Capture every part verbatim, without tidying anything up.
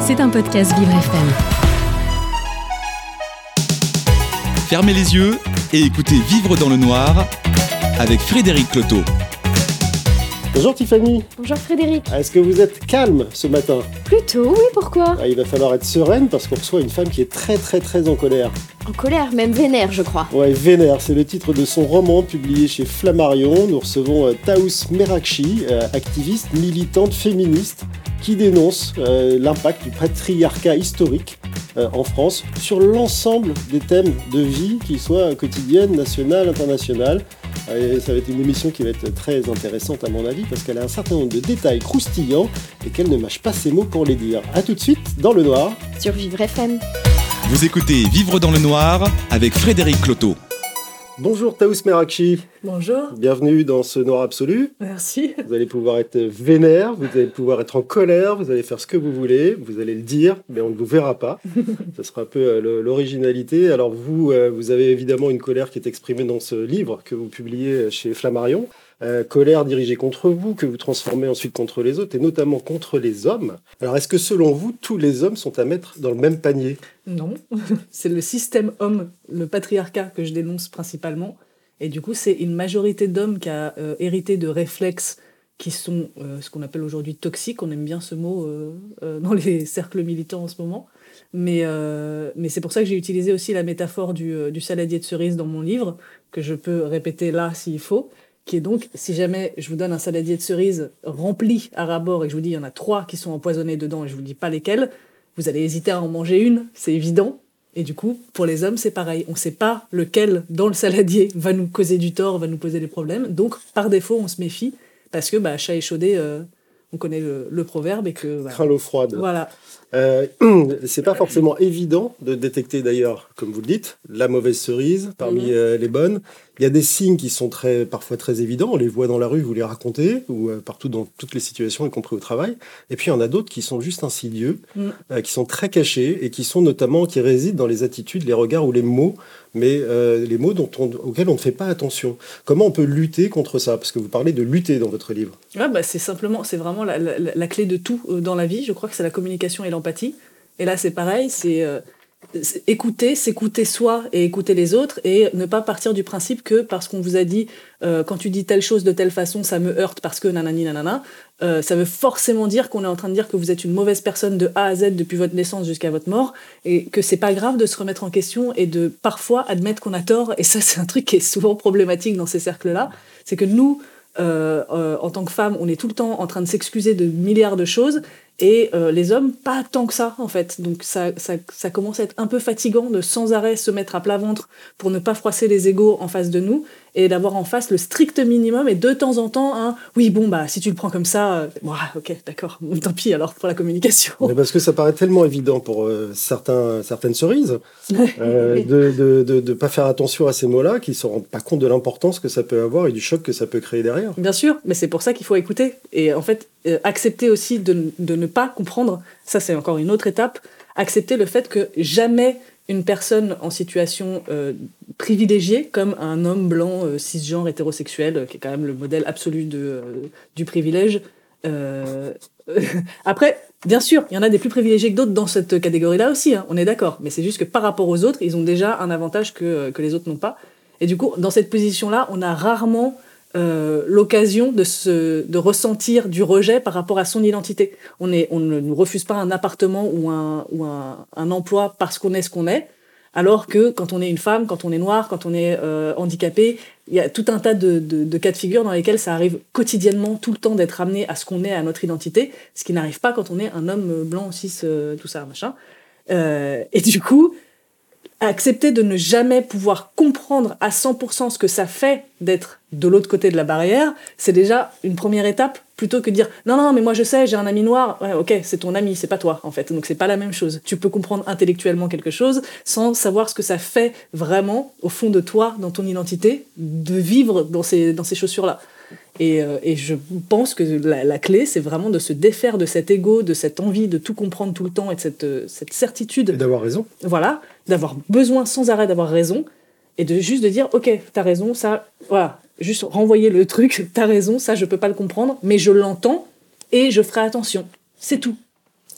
C'est un podcast Vivre F M. Fermez les yeux et écoutez Vivre dans le noir avec Frédéric Cloteau. Bonjour Tiffany. Bonjour Frédéric. Est-ce que vous êtes calme ce matin? Plutôt, oui, pourquoi? ah, Il va falloir être sereine parce qu'on reçoit une femme qui est très très très en colère. En colère, même vénère, je crois. Ouais, Vénère, c'est le titre de son roman publié chez Flammarion. Nous recevons euh, Taous Merakchi, euh, activiste, militante, féministe, qui dénonce euh, l'impact du patriarcat historique euh, en France sur l'ensemble des thèmes de vie, qu'ils soient quotidiennes, nationales, internationales. Et ça va être une émission qui va être très intéressante à mon avis parce qu'elle a un certain nombre de détails croustillants et qu'elle ne mâche pas ses mots pour les dire. A tout de suite dans le noir. Sur Vivre F M. Vous écoutez Vivre dans le noir avec Frédéric Cloteau. Bonjour Taous Merakchi. Bonjour. Bienvenue dans ce noir absolu. Merci. Vous allez pouvoir être vénère, vous allez pouvoir être en colère, vous allez faire ce que vous voulez, vous allez le dire, mais on ne vous verra pas. Ce sera un peu euh, l'originalité. Alors vous, euh, vous avez évidemment une colère qui est exprimée dans ce livre que vous publiez chez Flammarion. Euh, colère dirigée contre vous, que vous transformez ensuite contre les autres, et notamment contre les hommes. Alors est-ce que selon vous, tous les hommes sont à mettre dans le même panier? Non, c'est le système homme, le patriarcat que je dénonce principalement. Et du coup, c'est une majorité d'hommes qui a euh, hérité de réflexes qui sont euh, ce qu'on appelle aujourd'hui toxiques. On aime bien ce mot euh, euh, dans les cercles militants en ce moment. Mais, euh, mais c'est pour ça que j'ai utilisé aussi la métaphore du, euh, du saladier de cerises dans mon livre, que je peux répéter là s'il faut, qui est donc, si jamais je vous donne un saladier de cerises rempli à ras-bord et que je vous dis il y en a trois qui sont empoisonnés dedans et je vous dis pas lesquels, vous allez hésiter à en manger une, c'est évident. Et du coup, pour les hommes, c'est pareil. On ne sait pas lequel, dans le saladier, va nous causer du tort, va nous poser des problèmes. Donc, par défaut, on se méfie, parce que bah, chat échaudé, euh, on connaît le, le proverbe. Et que, bah, Crains l'eau froide. Voilà. Euh, c'est pas forcément évident de détecter d'ailleurs, comme vous le dites, la mauvaise cerise parmi mmh. euh, les bonnes. Il y a des signes qui sont très, parfois très évidents, on les voit dans la rue, vous les racontez, ou euh, partout dans toutes les situations, y compris au travail. Et puis il y en a d'autres qui sont juste insidieux, mmh. euh, qui sont très cachés, et qui sont notamment, qui résident dans les attitudes, les regards ou les mots, mais euh, les mots dont on, auxquels on ne fait pas attention. Comment on peut lutter contre ça? Parce que vous parlez de lutter dans votre livre. Ouais, bah, c'est simplement, c'est vraiment la, la, la clé de tout euh, dans la vie. Je crois que c'est la communication et l'empathie. Et là, c'est pareil, c'est, euh, c'est écouter, s'écouter soi et écouter les autres, et ne pas partir du principe que parce qu'on vous a dit euh, quand tu dis telle chose de telle façon, ça me heurte parce que nanani nanana, euh, ça veut forcément dire qu'on est en train de dire que vous êtes une mauvaise personne de A à Z depuis votre naissance jusqu'à votre mort, et que c'est pas grave de se remettre en question et de parfois admettre qu'on a tort. Et ça, c'est un truc qui est souvent problématique dans ces cercles-là, c'est que nous, euh, euh, en tant que femmes, on est tout le temps en train de s'excuser de milliards de choses. Et euh, les hommes, pas tant que ça, en fait. Donc ça, ça, ça commence à être un peu fatigant de sans arrêt se mettre à plat ventre pour ne pas froisser les égos en face de nous, et d'avoir en face le strict minimum, et de temps en temps, hein, oui, bon, bah, si tu le prends comme ça, euh, bon, ok, d'accord, bon, tant pis alors pour la communication. Mais parce que ça paraît tellement évident pour euh, certains, certaines cerises, euh, de de, de pas faire attention à ces mots-là, qu'ils ne se rendent pas compte de l'importance que ça peut avoir et du choc que ça peut créer derrière. Bien sûr, mais c'est pour ça qu'il faut écouter. Et en fait, euh, accepter aussi de, de ne pas comprendre, ça c'est encore une autre étape, accepter le fait que jamais une personne en situation euh, privilégiée, comme un homme blanc, euh, cisgenre, hétérosexuel, euh, qui est quand même le modèle absolu de, euh, du privilège. Euh... Après, bien sûr, il y en a des plus privilégiés que d'autres dans cette catégorie-là aussi, hein, on est d'accord. Mais c'est juste que par rapport aux autres, ils ont déjà un avantage que, que les autres n'ont pas. Et du coup, dans cette position-là, on a rarement euh, l'occasion de, se, de ressentir du rejet par rapport à son identité. On, est, on ne nous refuse pas un appartement ou un, ou un, un emploi parce qu'on est ce qu'on est, alors que quand on est une femme, quand on est noir, quand on est euh, handicapé, il y a tout un tas de, de, de cas de figure dans lesquels ça arrive quotidiennement, tout le temps, d'être amené à ce qu'on est, à notre identité, ce qui n'arrive pas quand on est un homme blanc, cis, euh, tout ça, machin. Euh, et du coup, accepter de ne jamais pouvoir comprendre à cent pour cent ce que ça fait d'être de l'autre côté de la barrière, c'est déjà une première étape, plutôt que de dire « Non, non, mais moi je sais, j'ai un ami noir. » Ouais, ok, c'est ton ami, c'est pas toi, en fait. Donc c'est pas la même chose. Tu peux comprendre intellectuellement quelque chose sans savoir ce que ça fait vraiment, au fond de toi, dans ton identité, de vivre dans ces, dans ces chaussures-là. Et, euh, et je pense que la, la clé, c'est vraiment de se défaire de cet ego, de cette envie de tout comprendre tout le temps et de cette, cette certitude. Et d'avoir raison. Voilà, d'avoir besoin sans arrêt d'avoir raison, et de juste de dire « Ok, t'as raison, ça... » Voilà, juste renvoyer le truc « T'as raison, ça, je peux pas le comprendre, mais je l'entends et je ferai attention. » C'est tout.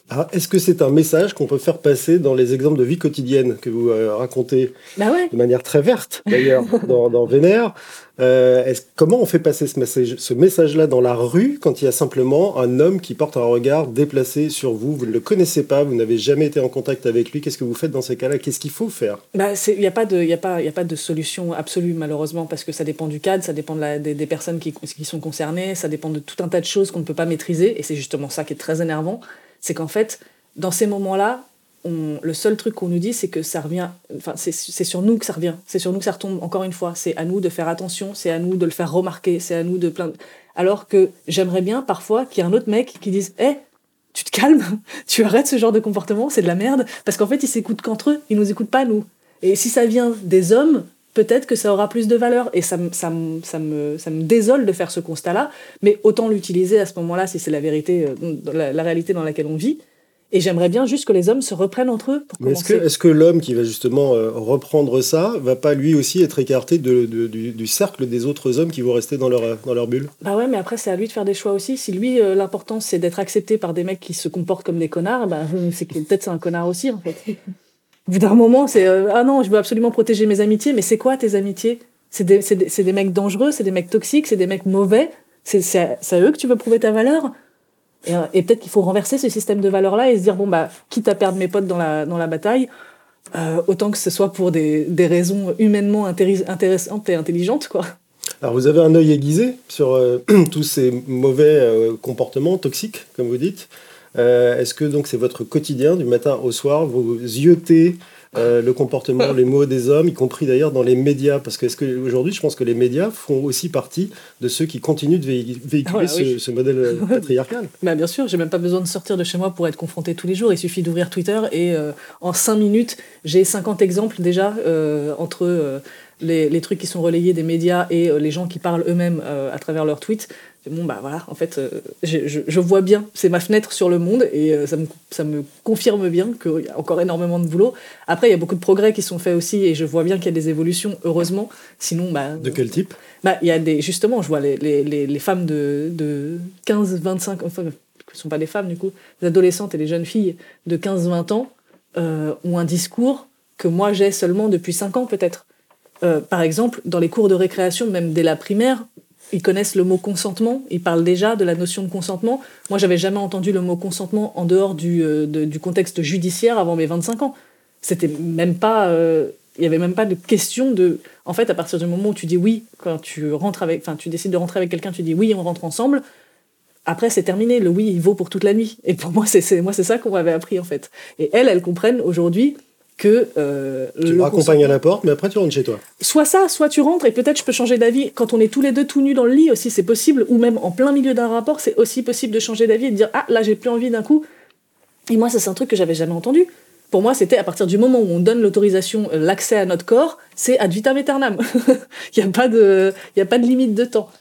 Alors, est-ce que c'est un message qu'on peut faire passer dans les exemples de vie quotidienne que vous euh, racontez Bah ouais. de manière très verte, d'ailleurs, dans, dans Vénère euh, est-ce, Comment on fait passer ce, message, ce message-là dans la rue quand il y a simplement un homme qui porte un regard déplacé sur vous? Vous ne le connaissez pas, vous n'avez jamais été en contact avec lui. Qu'est-ce que vous faites dans ces cas-là? Qu'est-ce qu'il faut faire? Bah, il n'y a, pas de, y a, pas, y a pas de solution absolue, malheureusement, parce que ça dépend du cadre, ça dépend de la, des, des personnes qui, qui sont concernées, ça dépend de tout un tas de choses qu'on ne peut pas maîtriser, et c'est justement ça qui est très énervant, c'est qu'en fait, dans ces moments-là, on, le seul truc qu'on nous dit, c'est que ça revient. Enfin, c'est, c'est sur nous que ça revient. C'est sur nous que ça retombe. Encore une fois, c'est à nous de faire attention. C'est à nous de le faire remarquer. C'est à nous de plein. Alors que j'aimerais bien parfois qu'il y ait un autre mec qui dise, hé, hey, tu te calmes, tu arrêtes ce genre de comportement, c'est de la merde. Parce qu'en fait, ils s'écoutent qu'entre eux. Ils nous écoutent pas nous. Et si ça vient des hommes, peut-être que ça aura plus de valeur. Et ça, ça, ça me, ça me désole de faire ce constat-là. Mais autant l'utiliser à ce moment-là, si c'est la vérité, la, la réalité dans laquelle on vit. Et j'aimerais bien juste que les hommes se reprennent entre eux pour Mais est-ce que, commencer. est-ce que l'homme qui va justement euh, reprendre ça va pas lui aussi être écarté de, de, du, du cercle des autres hommes qui vont rester dans leur, dans leur bulle? Bah ouais, mais après c'est à lui de faire des choix aussi. Si lui, euh, l'important c'est d'être accepté par des mecs qui se comportent comme des connards, bah, c'est que peut-être c'est un connard aussi en fait. Au bout d'un moment, c'est euh, ah non, je veux absolument protéger mes amitiés, mais c'est quoi tes amitiés? C'est des, c'est des, c'est des mecs dangereux, c'est des mecs toxiques, c'est des mecs mauvais. C'est, c'est, c'est à eux que tu veux prouver ta valeur? Et, et peut-être qu'il faut renverser ce système de valeurs-là et se dire, bon, bah, quitte à perdre mes potes dans la, dans la bataille, euh, autant que ce soit pour des, des raisons humainement intéris- intéressantes et intelligentes, quoi. Alors, vous avez un œil aiguisé sur euh, tous ces mauvais euh, comportements toxiques, comme vous dites. Euh, est-ce que donc c'est votre quotidien, du matin au soir, vous yotez euh, le comportement, les mots des hommes, y compris d'ailleurs dans les médias? Parce que, est-ce que aujourd'hui, je pense que les médias font aussi partie de ceux qui continuent de véhic- véhiculer Voilà, ce, oui. ce modèle patriarcal. Bah, bien sûr, j'ai même pas besoin de sortir de chez moi pour être confronté tous les jours. Il suffit d'ouvrir Twitter et euh, en cinq minutes, j'ai cinquante exemples déjà euh, entre euh, les, les trucs qui sont relayés des médias et euh, les gens qui parlent eux-mêmes euh, à travers leurs tweets. Bon, bah voilà, en fait, euh, je, je, je vois bien, c'est ma fenêtre sur le monde et euh, ça, me, ça me confirme bien qu'il y a encore énormément de boulot. Après, il y a beaucoup de progrès qui sont faits aussi et je vois bien qu'il y a des évolutions, heureusement. Sinon, bah. De quel type? Bah, il y a des, justement, je vois les, les, les, les femmes de, de quinze, vingt-cinq, enfin, ce ne sont pas des femmes du coup, les adolescentes et les jeunes filles de quinze, vingt ans euh, ont un discours que moi j'ai seulement depuis cinq ans peut-être. Euh, par exemple, dans les cours de récréation, même dès la primaire, ils connaissent le mot consentement, ils parlent déjà de la notion de consentement. Moi, j'avais jamais entendu le mot consentement en dehors du, euh, de, du contexte judiciaire avant mes vingt-cinq ans. C'était même pas, euh, il y avait même pas de question de. En fait, à partir du moment où tu dis oui, quand tu rentres avec, enfin, tu décides de rentrer avec quelqu'un, tu dis oui, on rentre ensemble. Après, c'est terminé. Le oui, il vaut pour toute la nuit. Et pour moi, c'est, c'est moi, c'est ça qu'on m'avait appris en fait. Et elles, elles comprennent aujourd'hui que euh, Tu me raccompagnes à la porte, mais après tu rentres chez toi. Soit ça, soit tu rentres et peut-être je peux changer d'avis. Quand on est tous les deux tout nus dans le lit aussi, c'est possible. Ou même en plein milieu d'un rapport, c'est aussi possible de changer d'avis et de dire « Ah, là, j'ai plus envie d'un coup ». Et moi, ça, c'est un truc que j'avais jamais entendu. Pour moi, c'était à partir du moment où on donne l'autorisation, l'accès à notre corps, c'est ad vitam aeternam. Il n'y a pas de, il y a pas de limite de temps.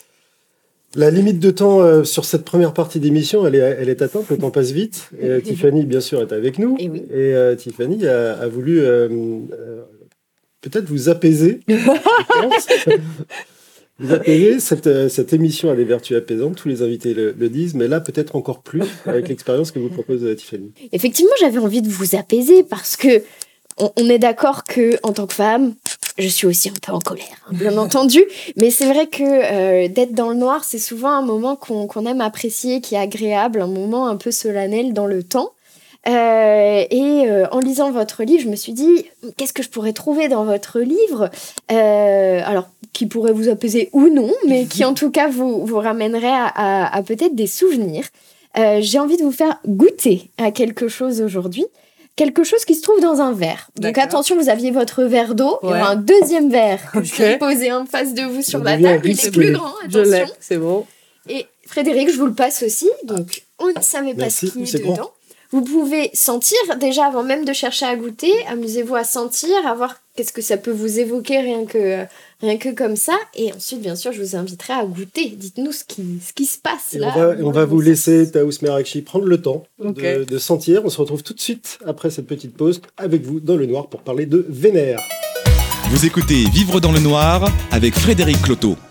La limite de temps euh, sur cette première partie d'émission, elle est, elle est atteinte, le temps passe vite. Et, euh, Tiffany, bien sûr, est avec nous. Et oui. Et euh, Tiffany a, a voulu euh, euh, peut-être vous apaiser. je pense. Vous apaiser. Cette, euh, cette émission a des vertus apaisantes, tous les invités le, le disent, mais là, peut-être encore plus avec l'expérience que vous propose euh, Tiffany. Effectivement, j'avais envie de vous apaiser parce que on, on est d'accord que en tant que femme, je suis aussi un peu en colère, hein, bien entendu. Mais c'est vrai que euh, d'être dans le noir, c'est souvent un moment qu'on, qu'on aime apprécier, qui est agréable, un moment un peu solennel dans le temps. Euh, et euh, en lisant votre livre, je me suis dit, qu'est-ce que je pourrais trouver dans votre livre euh, alors, qui pourrait vous apaiser ou non, mais qui en tout cas vous, vous ramènerait à, à, à peut-être des souvenirs. Euh, j'ai envie de vous faire goûter à quelque chose aujourd'hui. Quelque chose qui se trouve dans un verre. Donc D'accord. attention, vous aviez votre verre d'eau. Il y Ouais. aura un deuxième verre que Ok. je vais poser en face de vous sur Ça la devient table. Il est risqué. plus grand, Je l'ai, attention. c'est bon. Et Frédéric, je vous le passe aussi. Donc on ne savait pas Merci, ce qui c'est est grand. dedans. Vous pouvez sentir, déjà avant même de chercher à goûter, amusez-vous à sentir, à voir qu'est-ce que ça peut vous évoquer rien que, rien que comme ça. Et ensuite, bien sûr, je vous inviterai à goûter. Dites-nous ce qui, ce qui se passe Et là. on va, et on va vous laisser, Taous Merakchi, prendre le temps Ok. de, de sentir. On se retrouve tout de suite après cette petite pause avec vous dans le noir pour parler de Vénère. Vous écoutez Vivre dans le noir avec Frédéric Cloteau.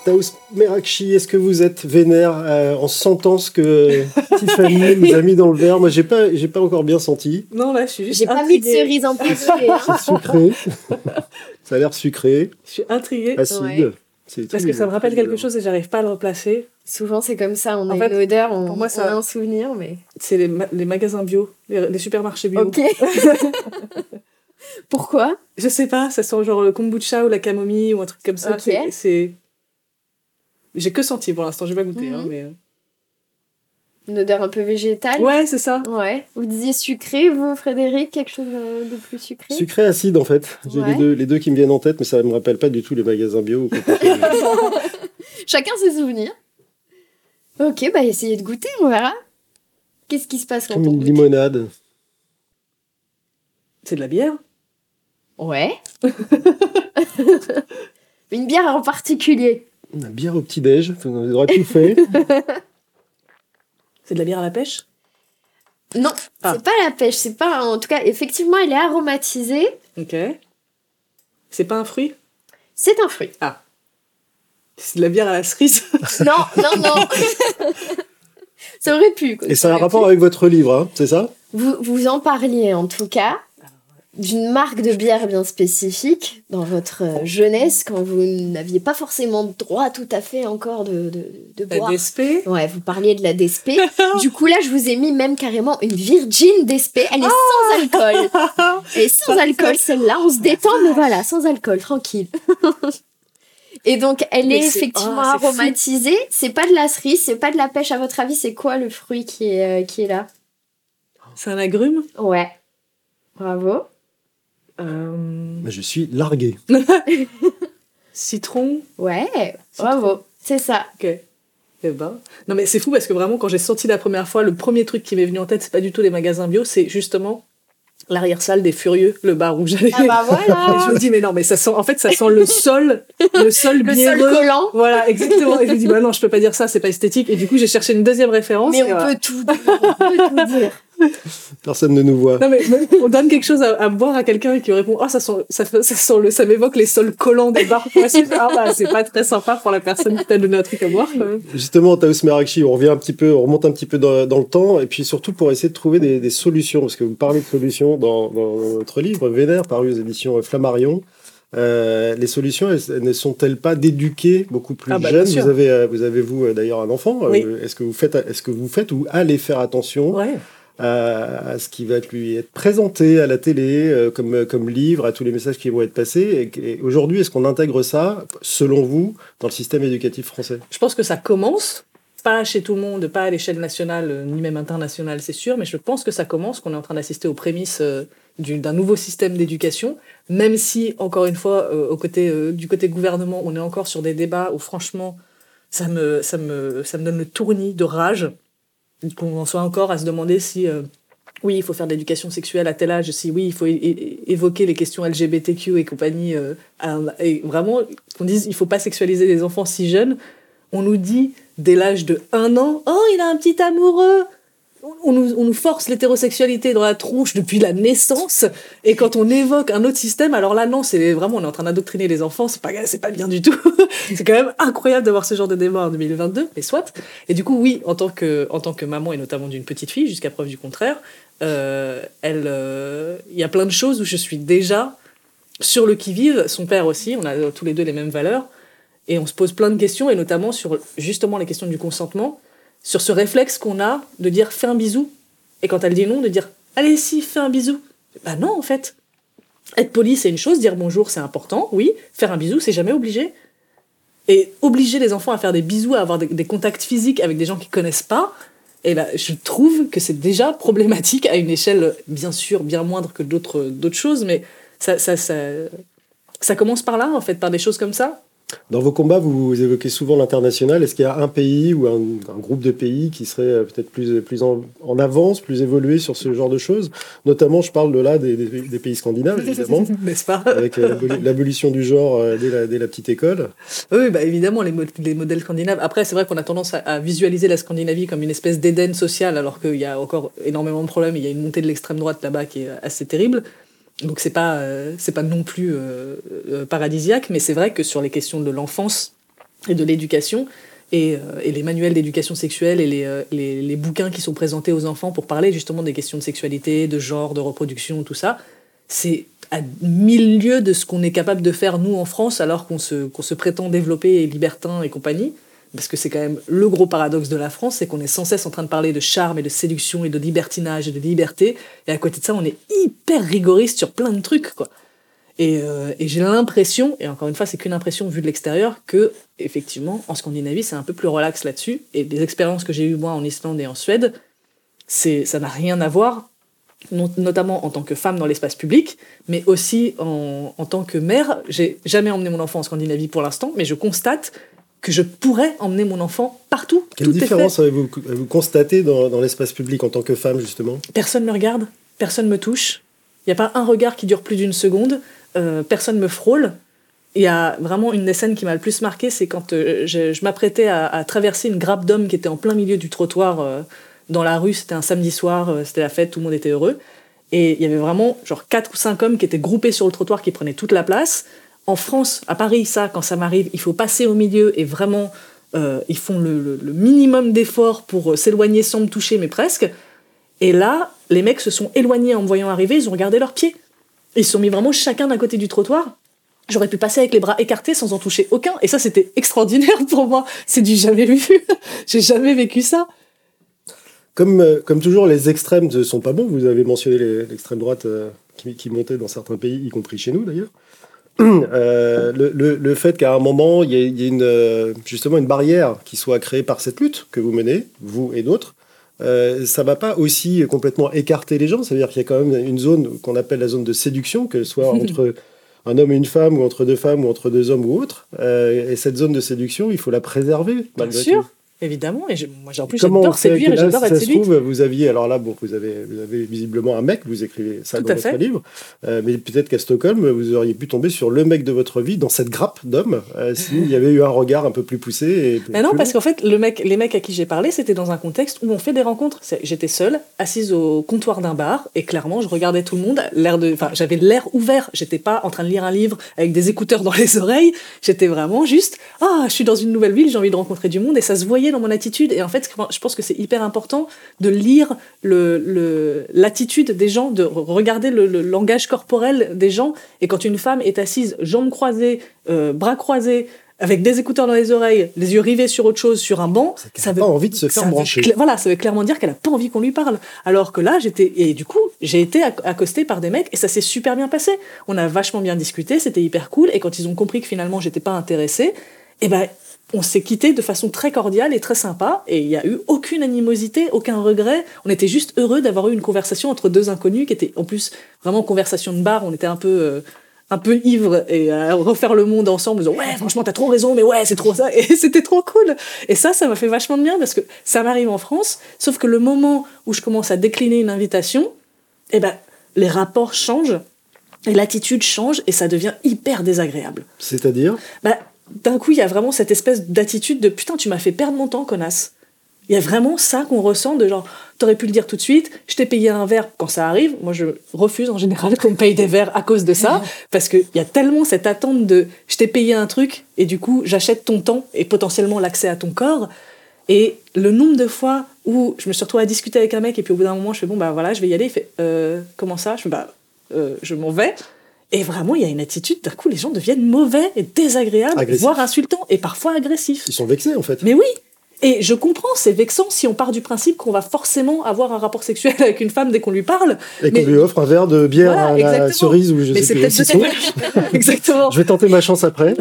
Taous Merakchi, est-ce que vous êtes vénère euh, en sentant ce que Tiffany nous a mis dans le verre? Moi, j'ai pas, j'ai pas encore bien senti. Non, là, je suis juste J'ai pas mis de intriguée. cerise en plus. hein. C'est sucré. Ça a l'air sucré, Je suis intriguée. acide. Ouais. C'est Parce tout, que ça me euh, rappelle tout, quelque euh, chose et j'arrive pas à le replacer. Souvent, c'est comme ça. On a En fait, une odeur, on, pour moi, ça- on a un souvenir, mais... C'est les, ma- les magasins bio, les, les supermarchés bio. Ok. Pourquoi? Je sais pas, ça sent genre le kombucha ou la camomille ou un truc comme ça. Ok. C'est, c'est... J'ai que senti pour l'instant, j'ai pas goûté. Mhm. hein, mais... Une odeur un peu végétale. Ouais, c'est ça. Ouais. Vous disiez sucré, vous, Frédéric, quelque chose euh, de plus sucré? Sucré acide en fait. J'ai Ouais. les, deux, les deux qui me viennent en tête, mais ça me rappelle pas du tout les magasins bio. ou quoi que ce soit. Chacun ses souvenirs. Ok, bah essayez de goûter, on verra. Qu'est-ce qui se passe quand Comme on une goûte? limonade. C'est de la bière. Ouais. Une bière en particulier. La bière au petit-déj, on aurait tout fait. C'est de la bière à la pêche. Non, Ah. c'est pas la pêche, c'est pas... En tout cas, effectivement, elle est aromatisée. Ok. C'est pas un fruit. C'est un fruit. C'est de la bière à la cerise. Non, non, non. Ça aurait pu. quoi. Et ça a un aurait rapport pu. avec votre livre, hein, c'est ça? Vous, vous en parliez en tout cas d'une marque de bière bien spécifique dans votre euh, jeunesse quand vous n'aviez pas forcément droit tout à fait encore de, de, de La boire. D S P. Ouais, vous parliez de la D S P. Du coup, là, je vous ai mis même carrément une Virgin D S P. Elle est sans alcool. Elle est sans alcool, celle-là. On se détend, mais voilà, sans alcool, tranquille. Et donc, elle Mais est c'est- effectivement oh, c'est fou. aromatisée. C'est pas de la cerise, c'est pas de la pêche. À votre avis, c'est quoi le fruit qui est, euh, qui est là? C'est un agrume. Ouais. Bravo. Euh, Mais je suis largué. Citron. Ouais, bravo. C'est ça. Ok. Eh ben. Non mais c'est fou parce que vraiment quand j'ai senti la première fois, le premier truc qui m'est venu en tête, c'est pas du tout les magasins bio, c'est justement l'arrière-salle des Furieux, le bar où j'allais. Ah bah Et voilà. je me dis mais non mais ça sent, en fait ça sent le sol, le sol Le sol biéreux. collant. Voilà, exactement. Et je me dis bah non, je peux pas dire ça, c'est pas esthétique. Et du coup j'ai cherché une deuxième référence. Mais et on voilà. peut tout dire. On peut tout dire. Personne ne nous voit. Non mais mais on donne quelque chose à, à boire à quelqu'un qui répond ah ça sent ça, fait- ça sent le ça m'évoque les sols collants des bars. Moi, c'est ah bah c'est pas très sympa pour la personne qui t'a donné un truc à boire quand même. Justement, Taous Merakchi, on revient un petit peu, on remonte un petit peu dans, dans le temps, et puis surtout pour essayer de trouver des, des solutions, parce que vous parlez de solutions dans, dans votre livre, Vénère, paru aux éditions Flammarion. Euh, les solutions, elles, elles ne sont-elles pas d'éduquer beaucoup plus Ah bah, jeunes? bien sûr. Vous avez, euh, vous avez vous euh, d'ailleurs un enfant. Oui. Euh, Est-ce que vous faites, est-ce que vous faites ou allez faire attention Ouais. à, à ce qui va lui être présenté à la télé euh, comme, comme livre, à tous les messages qui vont être passés? Et, et aujourd'hui, est-ce qu'on intègre ça, selon vous, dans le système éducatif français? Je pense que ça commence, pas chez tout le monde, pas à l'échelle nationale, euh, ni même internationale, c'est sûr, mais je pense que ça commence, qu'on est en train d'assister aux prémices euh, du- d'un nouveau système d'éducation, même si, encore une fois, euh, au côté, euh, du côté gouvernement, on est encore sur des débats où, franchement, ça me, ça me, ça me donne le tournis de rage, qu'on en soit encore à se demander si... euh, oui, il faut faire de l'éducation sexuelle à tel âge, si oui, il faut é- é- évoquer les questions L G B T Q et compagnie, euh, à un- et vraiment, qu'on dise il faut pas sexualiser les enfants si jeunes. On nous dit, dès l'âge de un an, oh, il a un petit amoureux. On nous, on nous force l'hétérosexualité dans la tronche depuis la naissance. Et quand on évoque un autre système, alors là, non, c'est vraiment, on est en train d'adoctriner les enfants, c'est pas, c'est pas bien du tout. C'est quand même incroyable d'avoir ce genre de débat en deux mille vingt-deux, mais soit. Et du coup, oui, en tant que, en tant que maman, et notamment d'une petite fille, jusqu'à preuve du contraire, euh, elle, euh, il y a plein de choses où je suis déjà sur le qui-vive. Son père aussi, on a tous les deux les mêmes valeurs. Et on se pose plein de questions, et notamment sur justement les questions du consentement, sur ce réflexe qu'on a de dire fais un bisou, et quand elle dit non, de dire allez, si, fais un bisou. Bah non, en fait. Être poli, c'est une chose, dire bonjour, c'est important, oui. Faire un bisou, c'est jamais obligé. Et obliger les enfants à faire des bisous, à avoir des, des contacts physiques avec des gens qu'ils connaissent pas, et ben, je trouve que c'est déjà problématique à une échelle, bien sûr, bien moindre que d'autres, d'autres choses, mais ça, ça, ça, ça commence par là, en fait, par des choses comme ça. Dans vos combats, vous évoquez souvent l'international. Est-ce qu'il y a un pays ou un, un groupe de pays qui serait euh, peut-être plus, plus en, en avance, plus évolué sur ce genre de choses? Notamment, je parle de là des, des, des pays scandinaves, évidemment, N'est-ce pas? avec euh, l'aboli- l'abolition du genre euh, dès, la, dès la petite école. Oui, bah évidemment, les, mo- les modèles scandinaves. Après, c'est vrai qu'on a tendance à, à visualiser la Scandinavie comme une espèce d'Éden social, alors qu'il y a encore énormément de problèmes. Il y a une montée de l'extrême droite là-bas qui est assez terrible. Donc c'est pas, euh, c'est pas non plus euh, euh, paradisiaque, mais c'est vrai que sur les questions de l'enfance, et de l'éducation. Et, euh, et les manuels d'éducation sexuelle et les, euh, les, les bouquins qui sont présentés aux enfants pour parler justement des questions de sexualité, de genre, de reproduction, tout ça, c'est à mille lieues de ce qu'on est capable de faire nous en France alors qu'on se, qu'on se prétend développé et libertin et compagnie. Parce que c'est quand même le gros paradoxe de la France, c'est qu'on est sans cesse en train de parler de charme et de séduction et de libertinage et de liberté. Et à côté de ça, on est hyper rigoriste sur plein de trucs, quoi. Et, euh, et j'ai l'impression, et encore une fois, c'est qu'une impression vue de l'extérieur, que, effectivement, en Scandinavie, c'est un peu plus relax là-dessus. Et les expériences que j'ai eues, moi, en Islande et en Suède, c'est, ça n'a rien à voir, non, notamment en tant que femme dans l'espace public, mais aussi en, en tant que mère. J'ai jamais emmené mon enfant en Scandinavie pour l'instant, mais je constate que je pourrais emmener mon enfant partout. Quelle Tout différence avez-vous, avez-vous constaté dans, dans l'espace public en tant que femme, justement ? Personne me regarde, personne me touche. Il n'y a pas un regard qui dure plus d'une seconde. Euh, personne me frôle. Il y a vraiment une des scènes qui m'a le plus marqué, c'est quand euh, je, je m'apprêtais à, à traverser une grappe d'hommes qui était en plein milieu du trottoir euh, dans la rue. C'était un samedi soir, euh, c'était la fête, tout le monde était heureux. Et il y avait vraiment genre quatre ou cinq hommes qui étaient groupés sur le trottoir, qui prenaient toute la place. En France, à Paris, ça, quand ça m'arrive, il faut passer au milieu et vraiment, euh, ils font le, le, le minimum d'efforts pour euh, s'éloigner sans me toucher, mais presque. Et là, les mecs se sont éloignés en me voyant arriver, ils ont regardé leurs pieds. Ils se sont mis vraiment chacun d'un côté du trottoir. J'aurais pu passer avec les bras écartés sans en toucher aucun. Et ça, c'était extraordinaire pour moi. C'est du jamais vu. J'ai jamais vécu ça. Comme, euh, comme toujours, les extrêmes ne sont pas bons. Vous avez mentionné les, l'extrême droite euh, qui, qui montait dans certains pays, y compris chez nous d'ailleurs. Euh, le, le, le fait qu'à un moment, il y ait, il y ait une, euh, justement une barrière qui soit créée par cette lutte que vous menez, vous et d'autres, euh, ça ne va pas aussi complètement écarter les gens. Ça veut dire qu'il y a quand même une zone qu'on appelle la zone de séduction, qu'elle soit entre un homme et une femme, ou entre deux femmes, ou entre deux hommes ou autres. Euh, et cette zone de séduction, il faut la préserver, malgré Bien sûr. tout. Évidemment, et je, moi en plus Comment j'adore séduire et là, j'adore si être ça se séduite. trouve, vous aviez, alors là, bon, vous avez, vous avez visiblement un mec, vous écrivez ça Tout dans à votre fait. livre, euh, mais peut-être qu'à Stockholm, vous auriez pu tomber sur le mec de votre vie dans cette grappe d'hommes, euh, s'il y avait eu un regard un peu plus poussé. Et Mais non, parce qu'en fait, le mec, les mecs à qui j'ai parlé, c'était dans un contexte où on fait des rencontres. C'est- J'étais seule, assise au comptoir d'un bar, et clairement, je regardais tout le monde. L'air de, enfin, j'avais l'air ouvert. J'étais pas en train de lire un livre avec des écouteurs dans les oreilles. J'étais vraiment juste, ah, je suis dans une nouvelle ville, j'ai envie de rencontrer du monde, et ça se voyait dans mon attitude. Et en fait, je pense que c'est hyper important de lire le, le, l'attitude des gens, de regarder le, le langage corporel des gens. Et quand une femme est assise, jambes croisées, euh, bras croisés, avec des écouteurs dans les oreilles, les yeux rivés sur autre chose, sur un banc, ça veut pas envie de se faire ça veut brancher. cla- voilà, ça veut clairement dire qu'elle a pas envie qu'on lui parle. Alors que là, j'étais et du coup, j'ai été acc- accostée par des mecs et ça s'est super bien passé. On a vachement bien discuté, c'était hyper cool. Et quand ils ont compris que finalement j'étais pas intéressée, eh ben on s'est quitté de façon très cordiale et très sympa, et il n'y a eu aucune animosité, aucun regret. On était juste heureux d'avoir eu une conversation entre deux inconnus, qui était en plus vraiment conversation de bar. On était un peu, euh, un peu ivres et à refaire le monde ensemble, en disant ouais, franchement, t'as trop raison, mais ouais, c'est trop ça. Et c'était trop cool. Et ça, ça m'a fait vachement de bien parce que ça m'arrive en France, sauf que le moment où je commence à décliner une invitation, eh ben, les rapports changent et l'attitude change et ça devient hyper désagréable. C'est-à-dire Bah, d'un coup, il y a vraiment cette espèce d'attitude de putain, tu m'as fait perdre mon temps, connasse. Il y a vraiment ça qu'on ressent de genre, t'aurais pu le dire tout de suite, je t'ai payé un verre quand ça arrive. Moi, je refuse en général qu'on me paye des verres à cause de ça, parce qu'il y a tellement cette attente de je t'ai payé un truc et du coup, j'achète ton temps et potentiellement l'accès à ton corps. Et le nombre de fois où je me suis retrouvée à discuter avec un mec et puis au bout d'un moment, je fais bon, bah voilà, je vais y aller. Il fait euh, comment ça? Je fais bah, euh, je m'en vais. Et vraiment, il y a une attitude, d'un coup, les gens deviennent mauvais et désagréables, Agressifs. voire insultants, et parfois agressifs. Ils sont vexés, en fait. Mais oui. Et je comprends, c'est vexant si on part du principe qu'on va forcément avoir un rapport sexuel avec une femme dès qu'on lui parle. Et qu'on mais- lui offre un verre de bière Voilà, à la exactement. cerise ou je Mais sais c'est plus. peut-être citron. de Exactement. Je vais tenter ma chance après.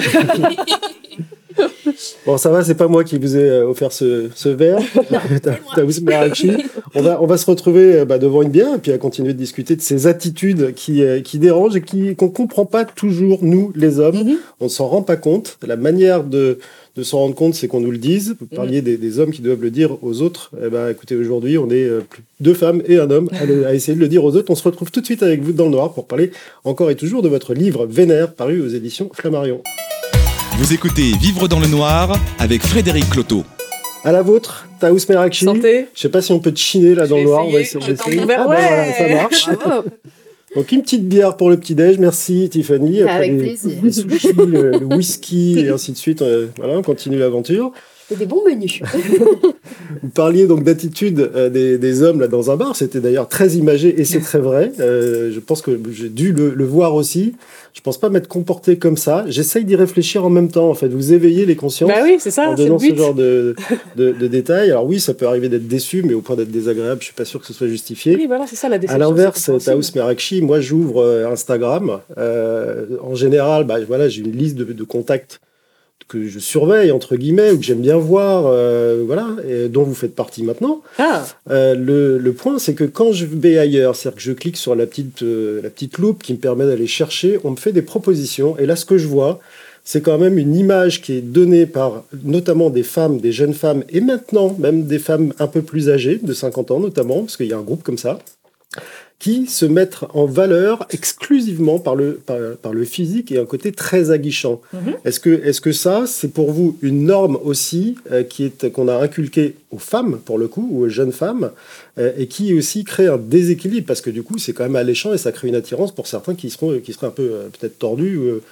Bon, ça va, c'est pas moi qui vous ai euh, offert ce, ce verre. Taous Merachi. On va, on va se retrouver euh, bah, devant une bière et puis à continuer de discuter de ces attitudes qui, euh, qui dérangent et qui, qu'on comprend pas toujours, nous, les hommes. Mhm. On ne s'en rend pas compte. La manière de, de s'en rendre compte, c'est qu'on nous le dise. Vous parliez des, des hommes qui doivent le dire aux autres. Eh ben, écoutez, aujourd'hui, on est euh, plus- deux femmes et un homme à, le- à essayer de le dire aux autres. On se retrouve tout de suite avec vous dans le noir pour parler encore et toujours de votre livre Vénère, paru aux éditions Flammarion. Vous écoutez Vivre dans le noir avec Frédéric Cloteau. À la vôtre, Taous Merachi. Santé. Je sais pas si on peut te chiner là Je dans vais le noir. On va essayer. essayer- Je tente mon verre. Ah, ben voilà, Ouais. ça marche. Bravo. Donc une petite bière pour le petit-déj, merci Tiffany. Après Avec les, plaisir. les sushis, le, le whisky et ainsi de suite. Euh, voilà, on continue l'aventure. C'est des bons menus. Vous parliez donc d'attitude euh, des, des hommes là dans un bar. C'était d'ailleurs très imagé et c'est très vrai. Euh, je pense que j'ai dû le, le voir aussi. Je pense pas m'être comporté comme ça. J'essaye d'y réfléchir en même temps. En fait, vous éveillez les consciences Bah oui, c'est ça, en c'est donnant le but. ce genre de, de, de détails. Alors oui, ça peut arriver d'être déçu, mais au point d'être désagréable, je suis pas sûr que ce soit justifié. Oui, voilà, c'est ça la déception. À l'inverse, c'est compréhensible. Taous Merakchi, moi j'ouvre euh, Instagram. Euh, en général, bah, voilà, j'ai une liste de, de contacts que je surveille, entre guillemets, ou que j'aime bien voir, euh, voilà, et dont vous faites partie maintenant. Ah, Euh, le, le point, c'est que quand je vais ailleurs, c'est-à-dire que je clique sur la petite, euh, la petite loupe qui me permet d'aller chercher, on me fait des propositions, et là, ce que je vois, c'est quand même une image qui est donnée par notamment des femmes, des jeunes femmes, et maintenant même des femmes un peu plus âgées, de cinquante ans notamment, parce qu'il y a un groupe comme ça, qui se mettent en valeur exclusivement par le, par, par le physique et un côté très aguichant. Mhm. Est-ce que, est-ce que ça, c'est pour vous une norme aussi euh, qui est, qu'on a inculquée aux femmes, pour le coup, ou aux jeunes femmes, euh, et qui aussi crée un déséquilibre, parce que du coup, c'est quand même alléchant et ça crée une attirance pour certains qui, seront, qui seraient un peu euh, peut-être tordus. Euh,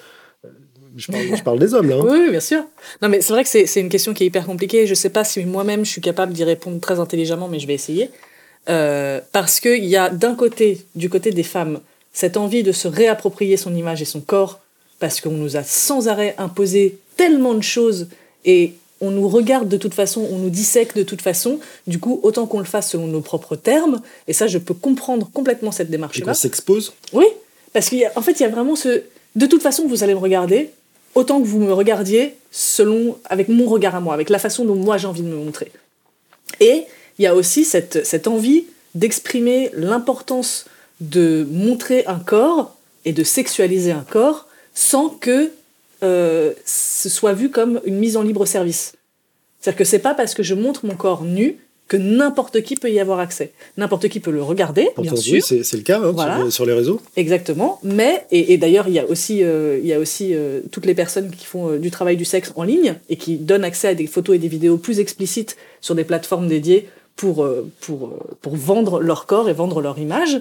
je, parle, je parle des hommes, là. Hein. oui, oui, bien sûr. Non, mais c'est vrai que c'est, c'est une question qui est hyper compliquée. Je sais pas si moi-même je suis capable d'y répondre très intelligemment, mais je vais essayer. Euh, parce qu'il y a d'un côté, du côté des femmes, cette envie de se réapproprier son image et son corps, parce qu'on nous a sans arrêt imposé tellement de choses et on nous regarde de toute façon, on nous dissèque de toute façon. Du coup, autant qu'on le fasse selon nos propres termes. Et ça, je peux comprendre complètement cette Et démarche-là. qu'on s'expose. Oui, parce qu'en fait, il y a vraiment ce... De toute façon, vous allez me regarder, autant que vous me regardiez selon... avec mon regard à moi, avec la façon dont moi j'ai envie de me montrer. Et il y a aussi cette, cette envie d'exprimer l'importance de montrer un corps et de sexualiser un corps sans que euh, ce soit vu comme une mise en libre service. C'est-à-dire que c'est pas parce que je montre mon corps nu que n'importe qui peut y avoir accès. N'importe qui peut le regarder, Pourtant, bien oui, sûr. c'est, c'est le cas hein, Voilà. sur, les, sur les réseaux. Exactement, mais, et, et d'ailleurs, il y a aussi, euh, il y a aussi euh, toutes les personnes qui font euh, du travail du sexe en ligne et qui donnent accès à des photos et des vidéos plus explicites sur des plateformes dédiées pour, euh, pour, euh, pour vendre leur corps et vendre leur image.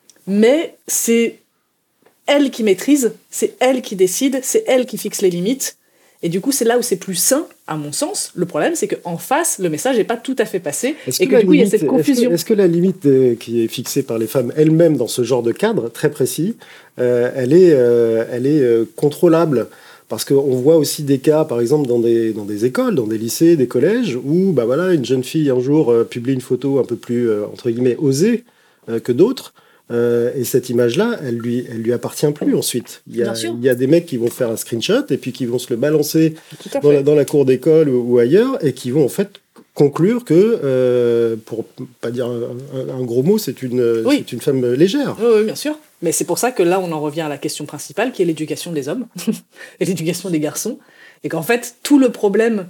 Mais c'est elle qui maîtrise, c'est elle qui décide, c'est elle qui fixe les limites. Et du coup, c'est là où c'est plus sain, à mon sens. Le problème, c'est qu'en face, le message n'est pas tout à fait passé. Est-ce et que que la du coup, il y a limite- cette confusion. Est-ce que, est-ce que la limite euh, qui est fixée par les femmes elles-mêmes dans ce genre de cadre très précis, euh, elle est, euh, elle est euh, contrôlable? Parce qu'on voit aussi des cas, par exemple, dans des, dans des écoles, dans des lycées, des collèges, où bah voilà, une jeune fille, un jour, euh, publie une photo un peu plus, euh, entre guillemets, osée euh, que d'autres. Euh, et cette image-là, elle lui, elle lui appartient plus ensuite. Il y, a, Bien sûr. il y a des mecs qui vont faire un screenshot et puis qui vont se le balancer Tout à dans fait. la, dans la cour d'école ou, ou ailleurs et qui vont en fait conclure que, euh, pour pas dire un, un- un gros mot, c'est une, Oui. c'est une femme légère. Oui, oui, bien sûr. Mais c'est pour ça que là, on en revient à la question principale, qui est l'éducation des hommes et l'éducation des garçons. Et qu'en fait, tout le problème,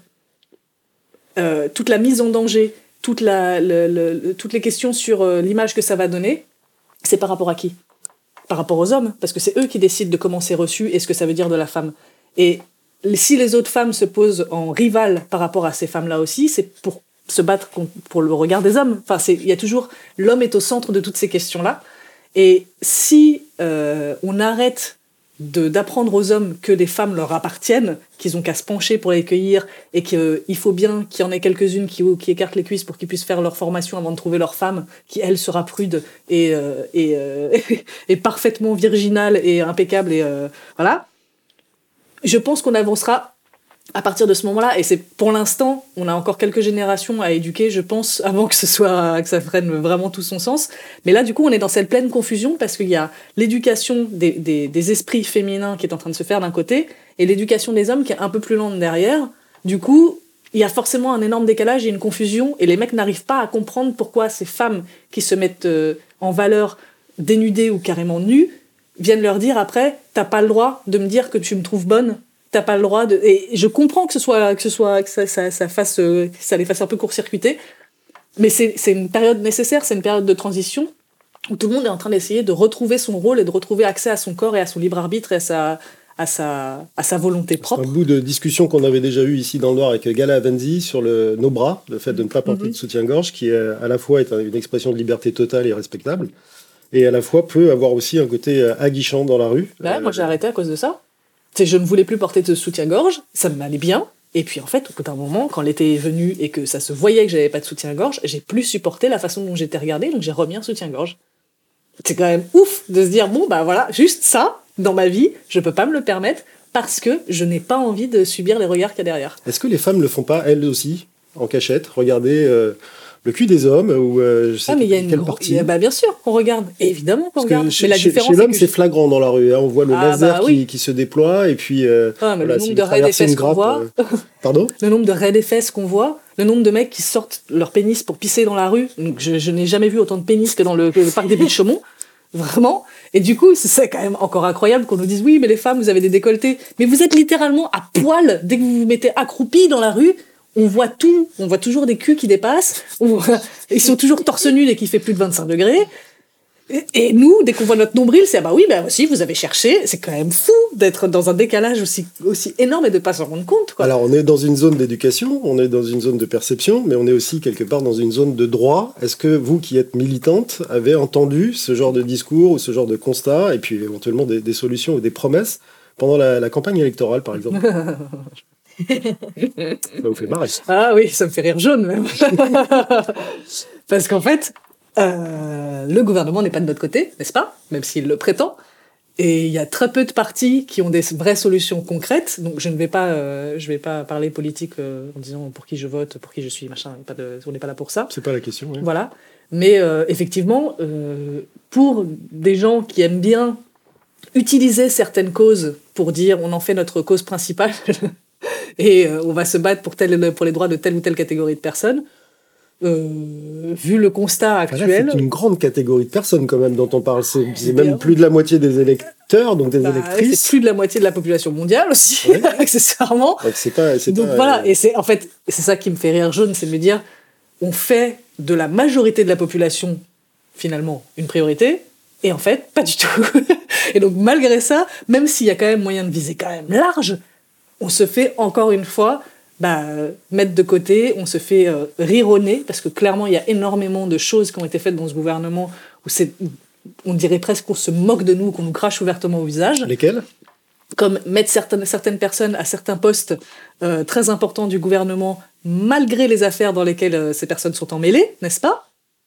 euh, toute la mise en danger, toute la, le- le- le- toutes les questions sur euh, l'image que ça va donner, c'est par rapport à qui? Par rapport aux hommes. Parce que c'est eux qui décident de comment c'est reçu et ce que ça veut dire de la femme. Et si les autres femmes se posent en rivale par rapport à ces femmes-là aussi, c'est pour se battre contre- pour le regard des hommes. Enfin, c'est- il y a toujours... L'homme est au centre de toutes ces questions-là. Et si euh, on arrête de, d'apprendre aux hommes que les femmes leur appartiennent, qu'ils ont qu'à se pencher pour les cueillir, et qu'il faut bien qu'il y en ait quelques-unes qui, qui écartent les cuisses pour qu'ils puissent faire leur formation avant de trouver leur femme, qui, elle, sera prude et, euh, et, euh, et parfaitement virginale et impeccable, et euh, voilà. Je pense qu'on avancera à partir de ce moment-là, et c'est pour l'instant, on a encore quelques générations à éduquer, je pense, avant que ce soit que ça prenne vraiment tout son sens. Mais là, du coup, on est dans cette pleine confusion parce qu'il y a l'éducation des, des, des esprits féminins qui est en train de se faire d'un côté et l'éducation des hommes qui est un peu plus lente derrière. Du coup, il y a forcément un énorme décalage et une confusion, et les mecs n'arrivent pas à comprendre pourquoi ces femmes qui se mettent euh, en valeur dénudées ou carrément nues viennent leur dire après, t'as pas le droit de me dire que tu me trouves bonne. T'as pas le droit de... Et je comprends que ce soit, que ce soit, que ça, ça, ça fasse, euh, que ça les fasse un peu court-circuiter. Mais c'est, c'est une période nécessaire, c'est une période de transition où tout le monde est en train d'essayer de retrouver son rôle et de retrouver accès à son corps et à son libre arbitre et à sa, à sa, à sa volonté C'est propre. un bout de discussion qu'on avait déjà eu ici dans le Nord avec Gala Avanzi sur le, nos bras, le fait de ne pas porter Mhm. de soutien-gorge, qui est, à la fois est une expression de liberté totale et respectable, et à la fois peut avoir aussi un côté euh, aguichant dans la rue. Bah, Euh, moi, j'ai arrêté à cause de ça. C'est, je ne voulais plus porter de soutien-gorge, ça m'allait bien. Et puis, en fait, au bout d'un moment, quand l'été est venu et que ça se voyait que j'avais pas de soutien-gorge, j'ai plus supporté la façon dont j'étais regardée, donc j'ai remis un soutien-gorge. C'est quand même ouf de se dire, bon, bah voilà, juste ça, dans ma vie, je peux pas me le permettre parce que je n'ai pas envie de subir les regards qu'il y a derrière. Est-ce que les femmes le font pas, elles aussi, en cachette, regarder euh, le cul des hommes ou euh, je sais Ah, mais il y a quelle une gro- partie il y a- bah, bien sûr qu'on regarde. Évidemment qu'on Parce que regarde. chez, mais la chez- différence, chez l'homme, que c'est je- flagrant dans la rue. Hein. On voit le Ah, laser bah qui, oui. qui se déploie et puis. Euh, Ah, mais voilà, le si nombre vous de raies des traversez une fesses qu'on grappe, voit, euh, Pardon le nombre de raies des fesses qu'on voit, le nombre de mecs qui sortent leur pénis pour pisser dans la rue. Donc, je, je n'ai jamais vu autant de pénis que dans le, le parc des Buttes Chaumont. Vraiment. Et du coup, c'est- c'est quand même encore incroyable qu'on nous dise oui, mais les femmes, vous avez des décolletés. Mais vous êtes littéralement à poil dès que vous vous mettez accroupi dans la rue. On voit tout. On voit toujours des culs qui dépassent. On voit- Ils sont toujours torse nu dès qu'il fait plus de vingt-cinq degrés. Et, et nous, dès qu'on voit notre nombril, c'est ah bah oui, bah aussi, vous avez cherché. C'est quand même fou d'être dans un décalage aussi, aussi énorme et de pas s'en rendre compte, quoi. Alors, on est dans une zone d'éducation, on est dans une zone de perception, mais on est aussi quelque part dans une zone de droit. Est-ce que vous, qui êtes militante, avez entendu ce genre de discours ou ce genre de constat, et puis éventuellement des, des solutions ou des promesses pendant la, la campagne électorale, par exemple? Ça vous fait marrer. Ah oui, ça me fait rire jaune même. Parce qu'en fait, euh, le gouvernement n'est pas de notre côté, n'est-ce pas? Même s'il le prétend. Et il y a très peu de partis qui ont des vraies solutions concrètes. Donc je ne vais pas, euh, je vais pas parler politique euh, en disant pour qui je vote, pour qui je suis, machin. Pas de, on n'est pas là pour ça. C'est pas la question, oui. Voilà. Mais euh, effectivement, euh, pour des gens qui aiment bien utiliser certaines causes pour dire on en fait notre cause principale et euh, on va se battre pour, tel, pour les droits de telle ou telle catégorie de personnes, euh, vu le constat Enfin, là, actuel... c'est une grande catégorie de personnes quand même dont on parle. C'est c'est Bien. même plus de la moitié des électeurs, donc des bah, électrices. c'est plus de la moitié de la population mondiale aussi, Ouais. accessoirement. Donc c'est pas, c'est Donc pas, voilà, euh, et c'est en fait c'est ça qui me fait rire jaune, c'est de me dire on fait de la majorité de la population finalement une priorité, et en fait pas du tout. Et donc malgré ça, même s'il y a quand même moyen de viser quand même large, on se fait encore une fois bah, mettre de côté, on se fait euh, rironner, parce que clairement il y a énormément de choses qui ont été faites dans ce gouvernement où c'est, on dirait presque qu'on se moque de nous, qu'on nous crache ouvertement au visage. Lesquels? Comme mettre certaines, certaines personnes à certains postes euh, très importants du gouvernement, malgré les affaires dans lesquelles euh, ces personnes sont emmêlées, n'est-ce pas?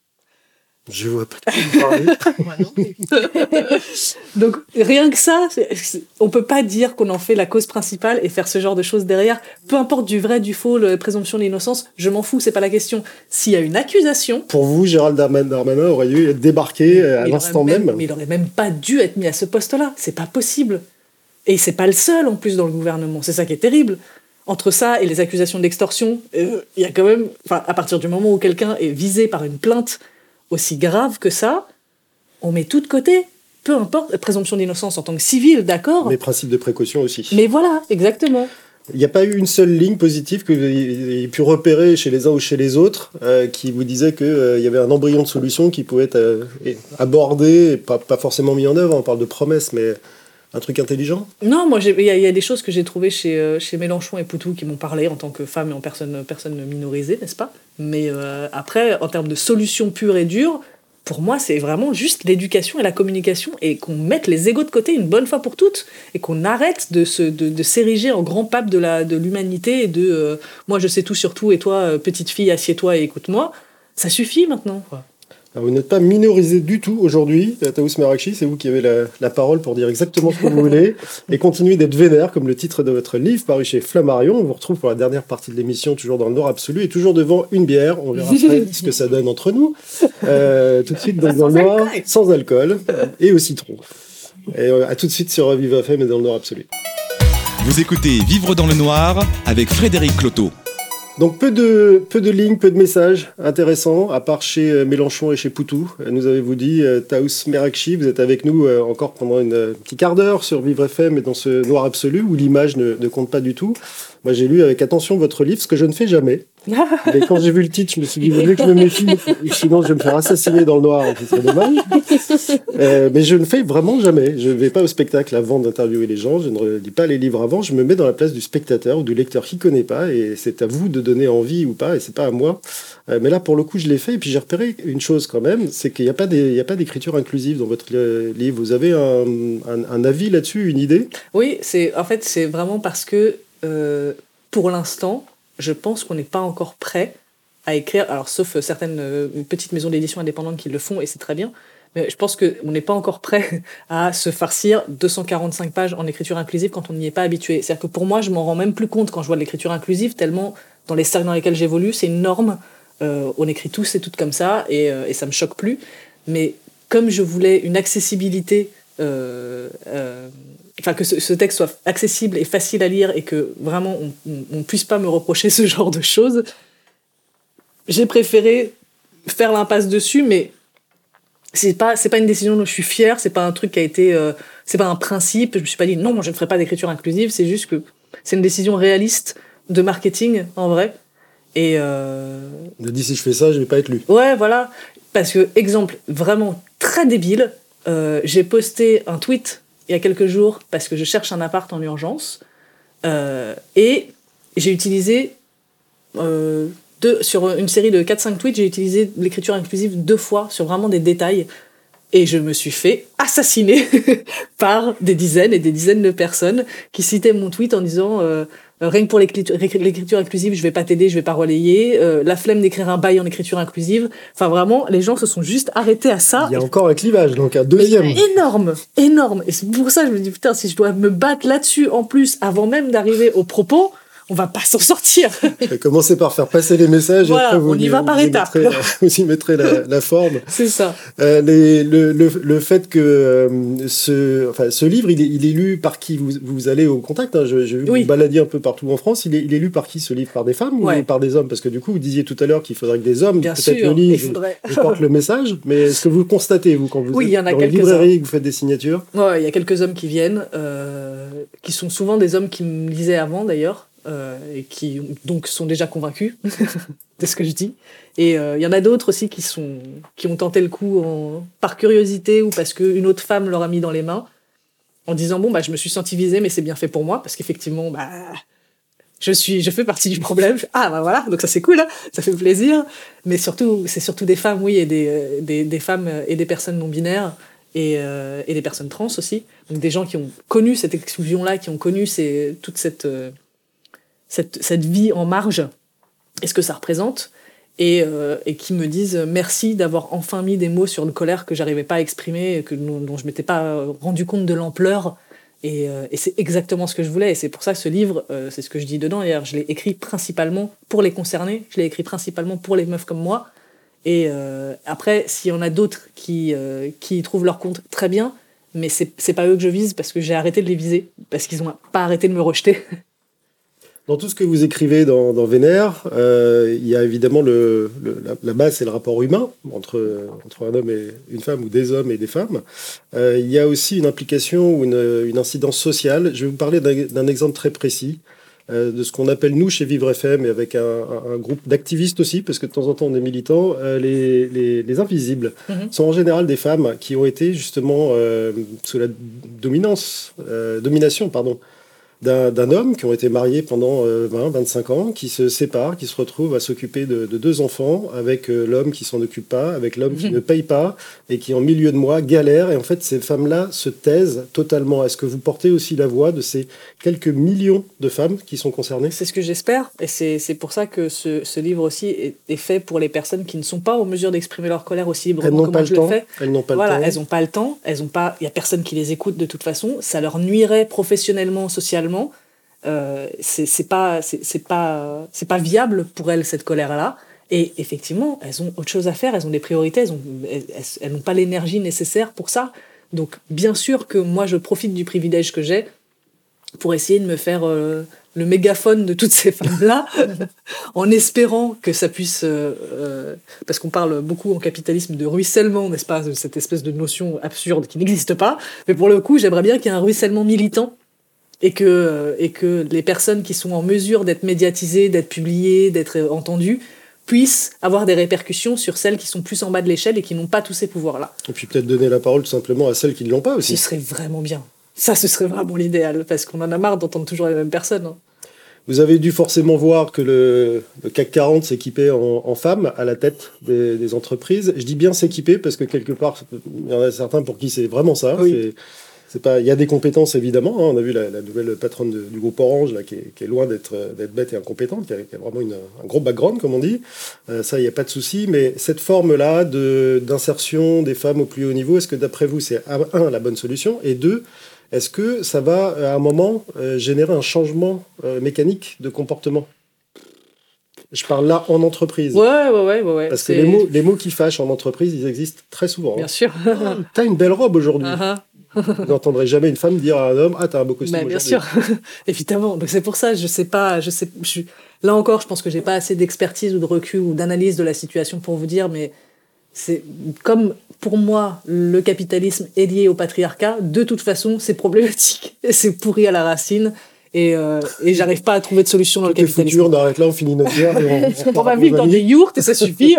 Je vois pas de quoi vous parlez. Donc rien que ça, c'est- c'est- on peut pas dire qu'on en fait la cause principale et faire ce genre de choses derrière. Peu importe du vrai, du faux, la présomption d'innocence, je m'en fous, c'est pas la question. S'il y a une accusation... Pour vous, Gérald Darman- Darmanin aurait dû être débarqué euh, à il l'instant aurait même. Mais il aurait même pas dû être mis à ce poste-là. C'est pas possible. Et c'est pas le seul, en plus, dans le gouvernement. C'est ça qui est terrible. Entre ça et les accusations d'extorsion, euh, il y a quand même... Enfin, à partir du moment où quelqu'un est visé par une plainte aussi grave que ça, on met tout de côté. Peu importe, présomption d'innocence en tant que civil, d'accord. Les principes de précaution aussi. Mais voilà, exactement. Il n'y a pas eu une seule ligne positive que vous ayez pu repérer chez les uns ou chez les autres euh, qui vous disait qu'il euh, y avait un embryon de solution qui pouvait être euh, abordé, et pas, pas forcément mis en œuvre, on parle de promesses, mais un truc intelligent? Non, moi, j'ai- il y, a- il y a des choses que j'ai trouvées chez, euh, chez Mélenchon et Poutou qui m'ont parlé en tant que femme et en personne, personne minorisée, n'est-ce pas? Mais euh, après, en termes de solutions pures et dures, pour moi, c'est vraiment juste l'éducation et la communication et qu'on mette les égos de côté une bonne fois pour toutes et qu'on arrête de, se, de, de s'ériger en grand pape de, la, de l'humanité et de euh, moi, je sais tout sur tout et toi, euh, petite fille, assieds-toi et écoute-moi. Ça suffit maintenant, quoi. Alors, vous n'êtes pas minorisé du tout aujourd'hui, Taous Merakchi, c'est vous qui avez la, la parole pour dire exactement ce que vous voulez et continuer d'être vénère, comme le titre de votre livre paru chez Flammarion. On vous retrouve pour la dernière partie de l'émission, toujours dans le Nord absolu et toujours devant une bière. On verra après ce que ça donne entre nous. Euh, tout de suite donc, dans le Noir, sans alcool et au citron. Et euh, à tout de suite sur Vive F M et dans le Nord absolu. Vous écoutez Vivre dans le Noir avec Frédéric Cloteau. Donc peu de, peu de lignes, peu de messages intéressants, à part chez euh, Mélenchon et chez Poutou. Euh, Nous avez-vous dit, euh, Taous Merakchi, vous êtes avec nous euh, encore pendant une euh, petit quart d'heure sur Vivre F M et dans ce noir absolu où l'image ne, ne compte pas du tout. Moi j'ai lu avec attention votre livre, ce que je ne fais jamais. Mais quand j'ai vu le titre, je me suis dit, vaut mieux que je me méfie, sinon je vais me faire assassiner dans le noir, et ce serait dommage. Euh, mais je ne fais vraiment jamais. Je ne vais pas au spectacle avant d'interviewer les gens, je ne lis pas les livres avant, je me mets dans la place du spectateur ou du lecteur qui ne connaît pas, et c'est à vous de donner envie ou pas, et c'est pas à moi. Euh, mais là, pour le coup, je l'ai fait, et puis j'ai repéré une chose quand même, c'est qu'il n'y a pas des, il y a pas d'écriture inclusive dans votre euh, livre. Vous avez un, un, un avis là-dessus, une idée? Oui, c'est, en fait, c'est vraiment parce que, euh, pour l'instant, je pense qu'on n'est pas encore prêt à écrire, alors sauf certaines euh, petites maisons d'édition indépendantes qui le font, et c'est très bien, mais je pense qu'on n'est pas encore prêt à se farcir deux cent quarante-cinq pages en écriture inclusive quand on n'y est pas habitué. C'est-à-dire que pour moi, je m'en rends même plus compte quand je vois de l'écriture inclusive, tellement dans les cercles dans lesquels j'évolue, c'est une norme, euh, on écrit tous et toutes comme ça, et, euh, et ça me choque plus. Mais comme je voulais une accessibilité, euh, euh, enfin que ce, ce texte soit accessible et facile à lire, et que vraiment on ne puisse pas me reprocher ce genre de choses, j'ai préféré faire l'impasse dessus, mais c'est pas c'est pas une décision dont je suis fière, c'est pas un truc qui a été euh, c'est pas un principe, je me suis pas dit non, moi je ne ferai pas d'écriture inclusive, c'est juste que c'est une décision réaliste de marketing en vrai, et euh... de dire si je fais ça, je vais pas être lu. Ouais, voilà, parce que exemple vraiment très débile, euh, j'ai posté un tweet il y a quelques jours parce que je cherche un appart en urgence, euh, et j'ai utilisé euh, Deux, sur une série de quatre cinq tweets, j'ai utilisé l'écriture inclusive deux fois sur vraiment des détails, et je me suis fait assassiner par des dizaines et des dizaines de personnes qui citaient mon tweet en disant euh, rien que pour l'écriture, l'écriture inclusive, je vais pas t'aider, je vais pas relayer, euh, la flemme d'écrire un bail en écriture inclusive. Enfin vraiment, les gens se sont juste arrêtés à ça. Il y a encore un clivage, donc un deuxième. Énorme, énorme. Et c'est pour ça que je me dis putain, si je dois me battre là-dessus en plus avant même d'arriver aux propos, on va pas s'en sortir. Commencez par faire passer les messages, voilà, et après vous, on y va par étapes. Vous y mettrez la, la forme. C'est ça. Euh, les, le, le, le fait que euh, ce, enfin, ce livre, il est, il est lu par qui? Vous, vous allez au contact, hein, je, je oui. vous baladiez un peu partout en France. Il est, il est lu par qui, ce livre? Par des femmes, ouais, ou par des hommes? Parce que du coup, vous disiez tout à l'heure qu'il faudrait que des hommes Bien peut-être sûr, le lisent faudrait... et, et portent le message. Mais est-ce que vous le constatez, vous, quand vous oui, êtes y en a dans les quelques-uns. librairies, que vous faites des signatures? Ouais, il y a quelques hommes qui viennent, euh, qui sont souvent des hommes qui me lisaient avant, d'ailleurs. Euh, et qui donc sont déjà convaincus de ce que je dis, et il euh, y en a d'autres aussi qui sont qui ont tenté le coup en, par curiosité ou parce qu'une autre femme leur a mis dans les mains en disant bon bah je me suis sentie visée mais c'est bien fait pour moi parce qu'effectivement bah je suis je fais partie du problème. Ah bah voilà, donc ça c'est cool, hein, ça fait plaisir. Mais surtout c'est surtout des femmes, oui, et des des, des femmes et des personnes non binaires. Et, euh, et des personnes trans aussi, donc des gens qui ont connu cette exclusion là, qui ont connu ces, toute cette euh, Cette, cette vie en marge et ce que ça représente, et, euh, et qui me disent merci d'avoir enfin mis des mots sur une colère que j'arrivais pas à exprimer, que, dont je m'étais pas rendu compte de l'ampleur, et, euh, et c'est exactement ce que je voulais, et c'est pour ça que ce livre, euh, c'est ce que je dis dedans, d'ailleurs, je l'ai écrit principalement pour les concernés, je l'ai écrit principalement pour les meufs comme moi, et euh, après, s'il y en a d'autres qui, euh, qui trouvent leur compte, très bien, mais c'est, c'est pas eux que je vise, parce que j'ai arrêté de les viser, parce qu'ils ont pas arrêté de me rejeter. Dans tout ce que vous écrivez dans, dans Vénère, euh, il y a évidemment le, le, la, la base, c'est le rapport humain entre, entre un homme et une femme, ou des hommes et des femmes. Euh, il y a aussi une implication ou une, une incidence sociale. Je vais vous parler d'un, d'un exemple très précis, euh, de ce qu'on appelle, nous, chez Vivre F M, et avec un, un, un groupe d'activistes aussi, parce que de temps en temps on est militants, euh, les, les, les invisibles mm-hmm. sont en général des femmes qui ont été justement euh, sous la dominance, euh, domination, pardon, D'un, d'un homme, qui ont été mariés pendant euh, vingt à vingt-cinq ans, qui se séparent, qui se retrouvent à s'occuper de, de deux enfants, avec euh, l'homme qui s'en occupe pas, avec l'homme qui ne paye pas, et qui en milieu de mois galère. Et en fait, ces femmes-là se taisent totalement. Est-ce que vous portez aussi la voix de ces quelques millions de femmes qui sont concernées? C'est ce que j'espère, et c'est, c'est pour ça que ce, ce livre aussi est, est fait pour les personnes qui ne sont pas en mesure d'exprimer leur colère aussi librement que moi je le fais. Elles n'ont pas voilà, le temps. Elles n'ont pas le temps. Elles ont pas. Il y a personne qui les écoute de toute façon. Ça leur nuirait professionnellement, socialement. Euh, c'est, c'est pas c'est, c'est pas c'est pas viable pour elles, cette colère là, et effectivement elles ont autre chose à faire, elles ont des priorités, elles ont elles, elles n'ont pas l'énergie nécessaire pour ça. Donc bien sûr que moi je profite du privilège que j'ai pour essayer de me faire euh, le mégaphone de toutes ces femmes là en espérant que ça puisse euh, euh, parce qu'on parle beaucoup en capitalisme de ruissellement, n'est-ce pas, cette espèce de notion absurde qui n'existe pas, mais pour le coup j'aimerais bien qu'il y ait un ruissellement militant et que, et que les personnes qui sont en mesure d'être médiatisées, d'être publiées, d'être entendues, puissent avoir des répercussions sur celles qui sont plus en bas de l'échelle et qui n'ont pas tous ces pouvoirs-là. Et puis peut-être donner la parole tout simplement à celles qui ne l'ont pas aussi. Ce serait vraiment bien. Ça, ce serait vraiment l'idéal, parce qu'on en a marre d'entendre toujours les mêmes personnes. Hein. Vous avez dû forcément voir que le, le C A C quarante s'équipait en, en femmes à la tête des, des entreprises. Je dis bien s'équiper parce que quelque part, il y en a certains pour qui c'est vraiment ça. Oui. C'est, c'est pas, il y a des compétences évidemment. Hein. On a vu la, la nouvelle patronne de, du groupe Orange là, qui, est, qui est loin d'être, d'être bête et incompétente, qui a, qui a vraiment une, un gros background comme on dit. Euh, ça, il n'y a pas de souci. Mais cette forme-là de, d'insertion des femmes au plus haut niveau, est-ce que d'après vous, c'est un, la bonne solution, et deux, est-ce que ça va, à un moment, euh, générer un changement euh, mécanique de comportement ? Je parle là en entreprise. Ouais, ouais, ouais. ouais, ouais. Parce c'est... que les mots, les mots qui fâchent en entreprise, ils existent très souvent. Bien hein. sûr. Oh, t'as une belle robe aujourd'hui. Uh-huh. Vous n'entendrez jamais une femme dire à un homme « Ah, t'as un beau costume bah, bien aujourd'hui. » sûr, évidemment. Donc c'est pour ça, je sais pas, je sais, je suis... là encore, je pense que j'ai pas assez d'expertise ou de recul ou d'analyse de la situation pour vous dire, mais c'est comme pour moi, le capitalisme est lié au patriarcat. De toute façon, c'est problématique, c'est pourri à la racine, et, euh, et j'arrive pas à trouver de solution dans Tout le capitalisme. est foutu, on arrête là, on finit notre guerre. Et on, On va vivre dans des yourtes et ça suffit.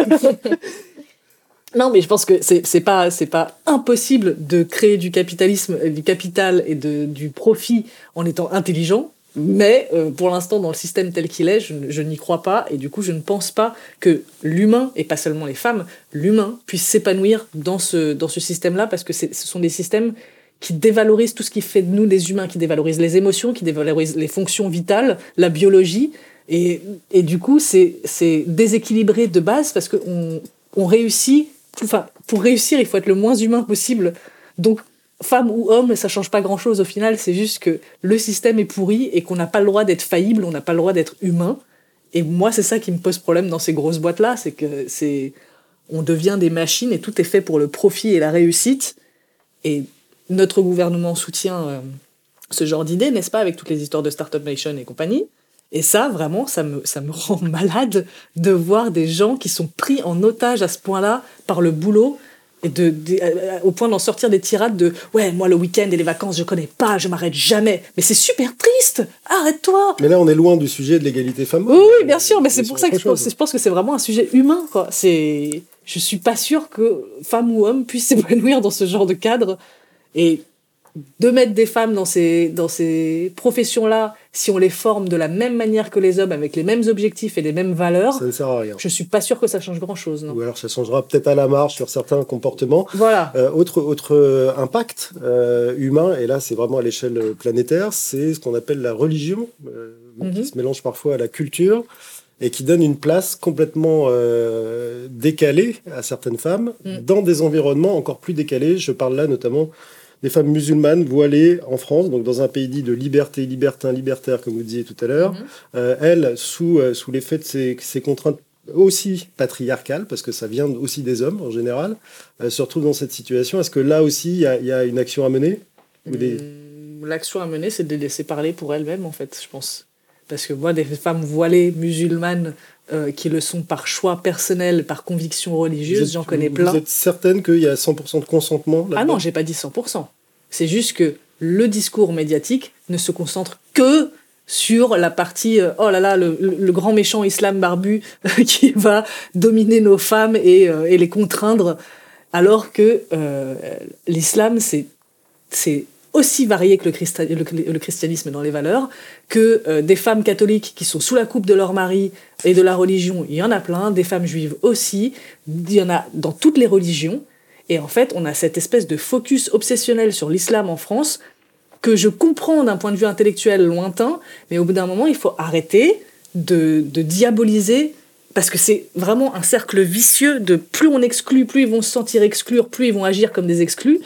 Non, mais je pense que c'est, c'est pas, c'est pas impossible de créer du capitalisme, du capital et de, du profit en étant intelligent. Mais euh, pour l'instant, dans le système tel qu'il est, je, je n'y crois pas. Et du coup, je ne pense pas que l'humain, et pas seulement les femmes, l'humain puisse s'épanouir dans ce, dans ce système-là, parce que c'est, ce sont des systèmes qui dévalorisent tout ce qui fait de nous des humains, qui dévalorisent les émotions, qui dévalorisent les fonctions vitales, la biologie. Et, et du coup, c'est, c'est déséquilibré de base, parce qu'on on réussit... Enfin, pour réussir, il faut être le moins humain possible. Donc, femme ou homme, ça change pas grand-chose au final. C'est juste que le système est pourri et qu'on n'a pas le droit d'être faillible, on n'a pas le droit d'être humain. Et moi, c'est ça qui me pose problème dans ces grosses boîtes-là, c'est que c'est, on devient des machines et tout est fait pour le profit et la réussite. Et notre gouvernement soutient euh, ce genre d'idées, n'est-ce pas, avec toutes les histoires de Startup Nation et compagnie. Et ça, vraiment, ça me, ça me rend malade de voir des gens qui sont pris en otage à ce point-là par le boulot, et de, de, au point d'en sortir des tirades de « Ouais, moi, le week-end et les vacances, je connais pas, je m'arrête jamais. » Mais c'est super triste. Arrête-toi. Mais là, on est loin du sujet de l'égalité femmes-hommes. Oui, oui, bien sûr, mais c'est pour ça que je pense, chose. je pense que c'est vraiment un sujet humain, quoi. C'est, je suis pas sûre que femme ou homme puisse s'épanouir dans ce genre de cadre. Et de mettre des femmes dans ces, dans ces professions-là, si on les forme de la même manière que les hommes, avec les mêmes objectifs et les mêmes valeurs, ça ne sert à rien. Je suis pas sûre que ça change grand-chose. Non. Ou alors ça changera peut-être à la marge sur certains comportements. Voilà. Euh, autre, autre euh, impact euh, humain, et là c'est vraiment à l'échelle planétaire, c'est ce qu'on appelle la religion, euh, mm-hmm. qui se mélange parfois à la culture, et qui donne une place complètement euh, décalée à certaines femmes, mm. dans des environnements encore plus décalés. Je parle là notamment des femmes musulmanes voilées en France, donc dans un pays dit de liberté, libertin, libertaire, comme vous disiez tout à l'heure. Mm-hmm. Euh, elles, sous, euh, sous l'effet de ces, ces contraintes aussi patriarcales, parce que ça vient aussi des hommes en général, euh, se retrouvent dans cette situation. Est-ce que là aussi, il y, y a une action à mener ou des... mmh, L'action à mener, c'est de les laisser parler pour elles-mêmes, en fait, je pense. Parce que moi, des femmes voilées musulmanes euh, qui le sont par choix personnel, par conviction religieuse, êtes, j'en connais vous plein. Vous êtes certaine qu'il y a cent pour cent de consentement là-dedans ? Ah non, j'ai pas dit cent pour cent. C'est juste que le discours médiatique ne se concentre que sur la partie euh, oh là là, le, le, le grand méchant islam barbu qui va dominer nos femmes et, euh, et les contraindre, alors que euh, l'islam, c'est, c'est aussi varié que le, christi- le, le christianisme dans les valeurs, que euh, des femmes catholiques qui sont sous la coupe de leur mari et de la religion, il y en a plein, des femmes juives aussi, il y en a dans toutes les religions. Et en fait, on a cette espèce de focus obsessionnel sur l'islam en France que je comprends d'un point de vue intellectuel lointain, mais au bout d'un moment, il faut arrêter de, de diaboliser, parce que c'est vraiment un cercle vicieux de plus on exclut, plus ils vont se sentir exclure, plus ils vont agir comme des exclus.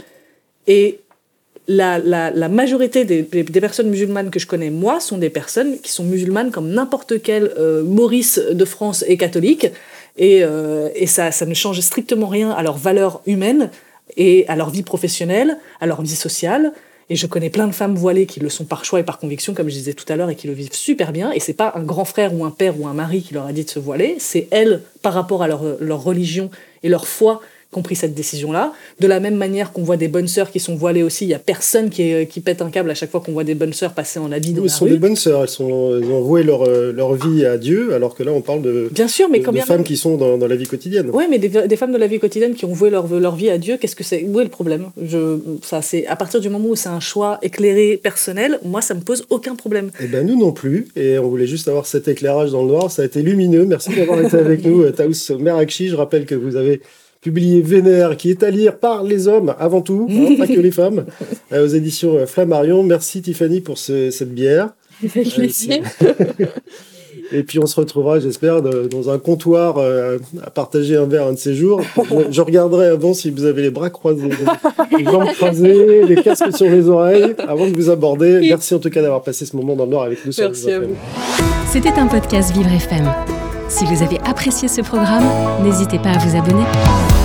Et la, la, la majorité des, des personnes musulmanes que je connais, moi, sont des personnes qui sont musulmanes comme n'importe quel euh, Maurice de France est catholique. Et, euh, et ça, ça ne change strictement rien à leurs valeurs humaines et à leur vie professionnelle, à leur vie sociale. Et je connais plein de femmes voilées qui le sont par choix et par conviction, comme je disais tout à l'heure, et qui le vivent super bien. Et c'est pas un grand frère ou un père ou un mari qui leur a dit de se voiler, c'est elles, par rapport à leur, leur religion et leur foi, qui ont pris cette décision-là. De la même manière qu'on voit des bonnes sœurs qui sont voilées aussi, il y a personne qui, est, qui pète un câble à chaque fois qu'on voit des bonnes sœurs passer en habit dans Elles la sont rue. des bonnes sœurs, elles, sont, elles ont voué leur, leur vie à Dieu, alors que là on parle de, Bien sûr, mais de, combien de femmes même... qui sont dans, dans la vie quotidienne. Oui, mais des, des femmes de la vie quotidienne qui ont voué leur, leur vie à Dieu, qu'est-ce que c'est? Où est le problème? Je, ça, c'est, à partir du moment où c'est un choix éclairé, personnel, moi ça me pose aucun problème. Eh ben nous non plus, et on voulait juste avoir cet éclairage dans le noir, ça a été lumineux, merci d'avoir été avec nous, Taous Merakchi. Je rappelle que vous avez publié Vénère, qui est à lire par les hommes avant tout, hein, pas que les femmes, euh, aux éditions Flammarion. Merci Tiffany pour ce, cette bière. Avec plaisir. Et puis on se retrouvera, j'espère, de, dans un comptoir euh, à partager un verre un de ces jours. Je, je regarderai avant si vous avez les bras croisés, les jambes croisées, les casques sur les oreilles, avant de vous aborder. Merci en tout cas d'avoir passé ce moment dans le noir avec nous. Merci sur à vous. C'était un podcast Vivre F M. Si vous avez apprécié ce programme, n'hésitez pas à vous abonner.